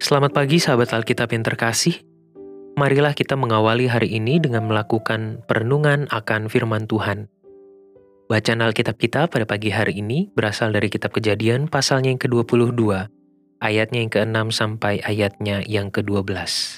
Selamat pagi sahabat Alkitab yang terkasih. Marilah kita mengawali hari ini dengan melakukan perenungan akan firman Tuhan. Bacaan Alkitab kita pada pagi hari ini berasal dari kitab Kejadian pasalnya yang ke-22, ayatnya yang ke-6 sampai ayatnya yang ke-12.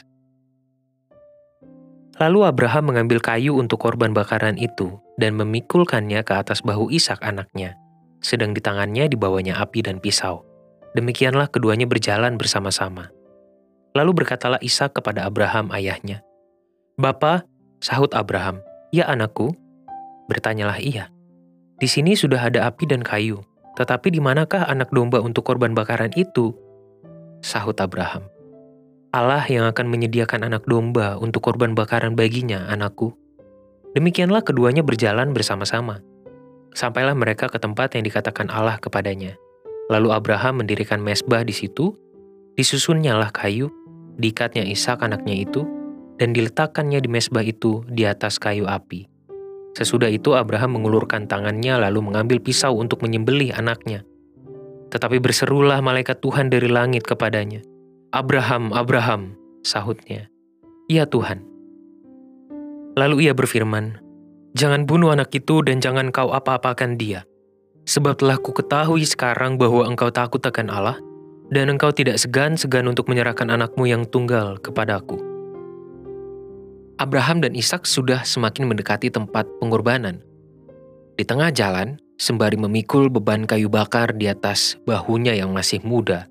Lalu Abraham mengambil kayu untuk korban bakaran itu dan memikulkannya ke atas bahu Ishak anaknya, sedang di tangannya dibawanya api dan pisau. Demikianlah keduanya berjalan bersama-sama. Lalu berkatalah Ishak kepada Abraham ayahnya, "Bapa," sahut Abraham, "Ya anakku?" Bertanyalah ia, "Di sini sudah ada api dan kayu, tetapi di manakah anak domba untuk korban bakaran itu?" Sahut Abraham, "Allah yang akan menyediakan anak domba untuk korban bakaran baginya, anakku." Demikianlah keduanya berjalan bersama-sama. Sampailah mereka ke tempat yang dikatakan Allah kepadanya. Lalu Abraham mendirikan mezbah di situ, disusunnyalah kayu, diikatnya Ishak anaknya itu, dan diletakkannya di mezbah itu di atas kayu api. Sesudah itu Abraham mengulurkan tangannya lalu mengambil pisau untuk menyembelih anaknya. Tetapi berserulah malaikat Tuhan dari langit kepadanya, "Abraham, Abraham," sahutnya, "Ya Tuhan." Lalu ia berfirman, "Jangan bunuh anak itu dan jangan kau apa-apakan dia. Sebab telah ku ketahui sekarang bahwa engkau takut akan Allah, dan engkau tidak segan-segan untuk menyerahkan anakmu yang tunggal kepadaku." Abraham dan Ishak sudah semakin mendekati tempat pengorbanan. Di tengah jalan, sembari memikul beban kayu bakar di atas bahunya yang masih muda,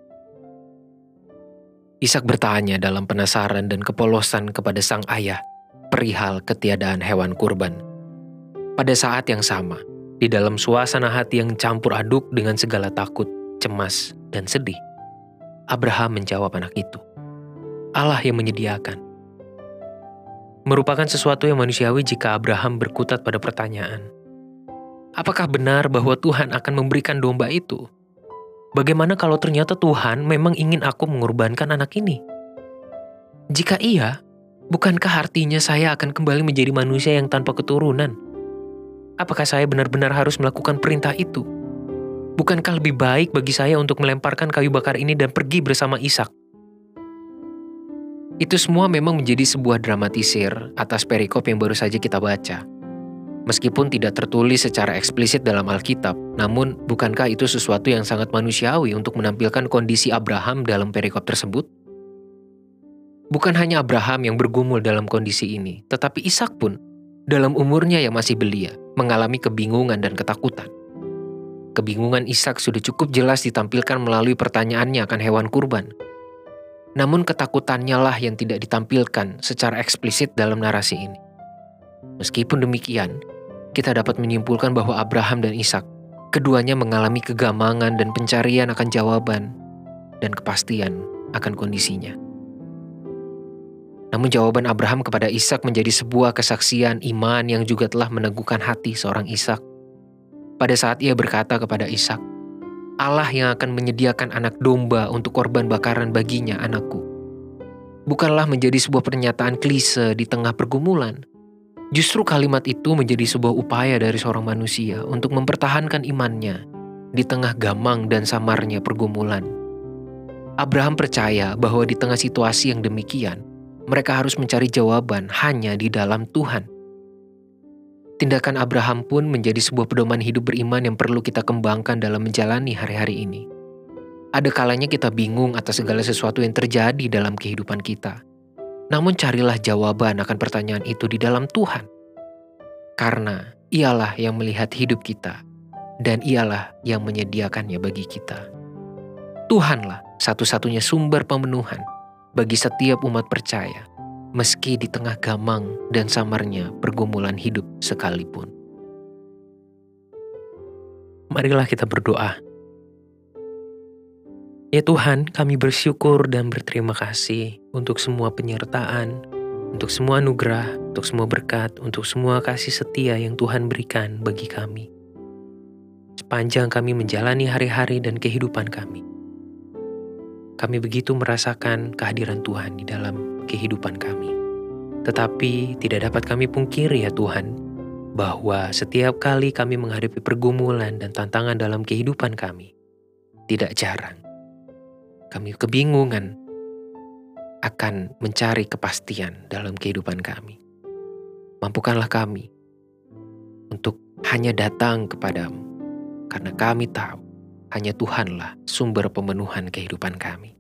Ishak bertanya dalam penasaran dan kepolosan kepada sang ayah perihal ketiadaan hewan kurban. Pada saat yang sama, di dalam suasana hati yang campur aduk dengan segala takut, cemas, dan sedih, Abraham menjawab anak itu, "Allah yang menyediakan." Merupakan sesuatu yang manusiawi jika Abraham berkutat pada pertanyaan, apakah benar bahwa Tuhan akan memberikan domba itu? Bagaimana kalau ternyata Tuhan memang ingin aku mengorbankan anak ini? Jika iya, bukankah artinya saya akan kembali menjadi manusia yang tanpa keturunan? Apakah saya benar-benar harus melakukan perintah itu? Bukankah lebih baik bagi saya untuk melemparkan kayu bakar ini dan pergi bersama Ishak? Itu semua memang menjadi sebuah dramatisir atas perikop yang baru saja kita baca. Meskipun tidak tertulis secara eksplisit dalam Alkitab, namun bukankah itu sesuatu yang sangat manusiawi untuk menampilkan kondisi Abraham dalam perikop tersebut? Bukan hanya Abraham yang bergumul dalam kondisi ini, tetapi Ishak pun, dalam umurnya yang masih belia, mengalami kebingungan dan ketakutan. Kebingungan Ishak sudah cukup jelas ditampilkan melalui pertanyaannya akan hewan kurban. Namun ketakutannya lah yang tidak ditampilkan secara eksplisit dalam narasi ini. Meskipun demikian, kita dapat menyimpulkan bahwa Abraham dan Ishak, keduanya mengalami kegamangan dan pencarian akan jawaban dan kepastian akan kondisinya. Namun jawaban Abraham kepada Ishak menjadi sebuah kesaksian iman yang juga telah meneguhkan hati seorang Ishak. Pada saat ia berkata kepada Ishak, "Allah yang akan menyediakan anak domba untuk korban bakaran baginya, anakku." Bukanlah menjadi sebuah pernyataan klise di tengah pergumulan. Justru kalimat itu menjadi sebuah upaya dari seorang manusia untuk mempertahankan imannya di tengah gamang dan samarnya pergumulan. Abraham percaya bahwa di tengah situasi yang demikian, mereka harus mencari jawaban hanya di dalam Tuhan. Tindakan Abraham pun menjadi sebuah pedoman hidup beriman yang perlu kita kembangkan dalam menjalani hari-hari ini. Ada kalanya kita bingung atas segala sesuatu yang terjadi dalam kehidupan kita. Namun carilah jawaban akan pertanyaan itu di dalam Tuhan. Karena Ialah yang melihat hidup kita, dan Ialah yang menyediakannya bagi kita. Tuhanlah satu-satunya sumber pemenuhan bagi setiap umat percaya, meski di tengah gamang dan samarnya pergumulan hidup sekalipun. Marilah kita berdoa. Ya Tuhan, kami bersyukur dan berterima kasih untuk semua penyertaan, untuk semua anugerah, untuk semua berkat, untuk semua kasih setia yang Tuhan berikan bagi kami. Sepanjang kami menjalani hari-hari dan kehidupan kami begitu merasakan kehadiran Tuhan di dalam kehidupan kami. Tetapi tidak dapat kami pungkiri ya Tuhan, bahwa setiap kali kami menghadapi pergumulan dan tantangan dalam kehidupan kami, tidak jarang kami kebingungan akan mencari kepastian dalam kehidupan kami. Mampukanlah kami untuk hanya datang kepadamu, karena kami tahu hanya Tuhanlah sumber pemenuhan kehidupan kami.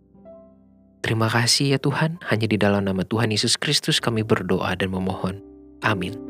Terima kasih ya Tuhan, hanya di dalam nama Tuhan Yesus Kristus kami berdoa dan memohon. Amin.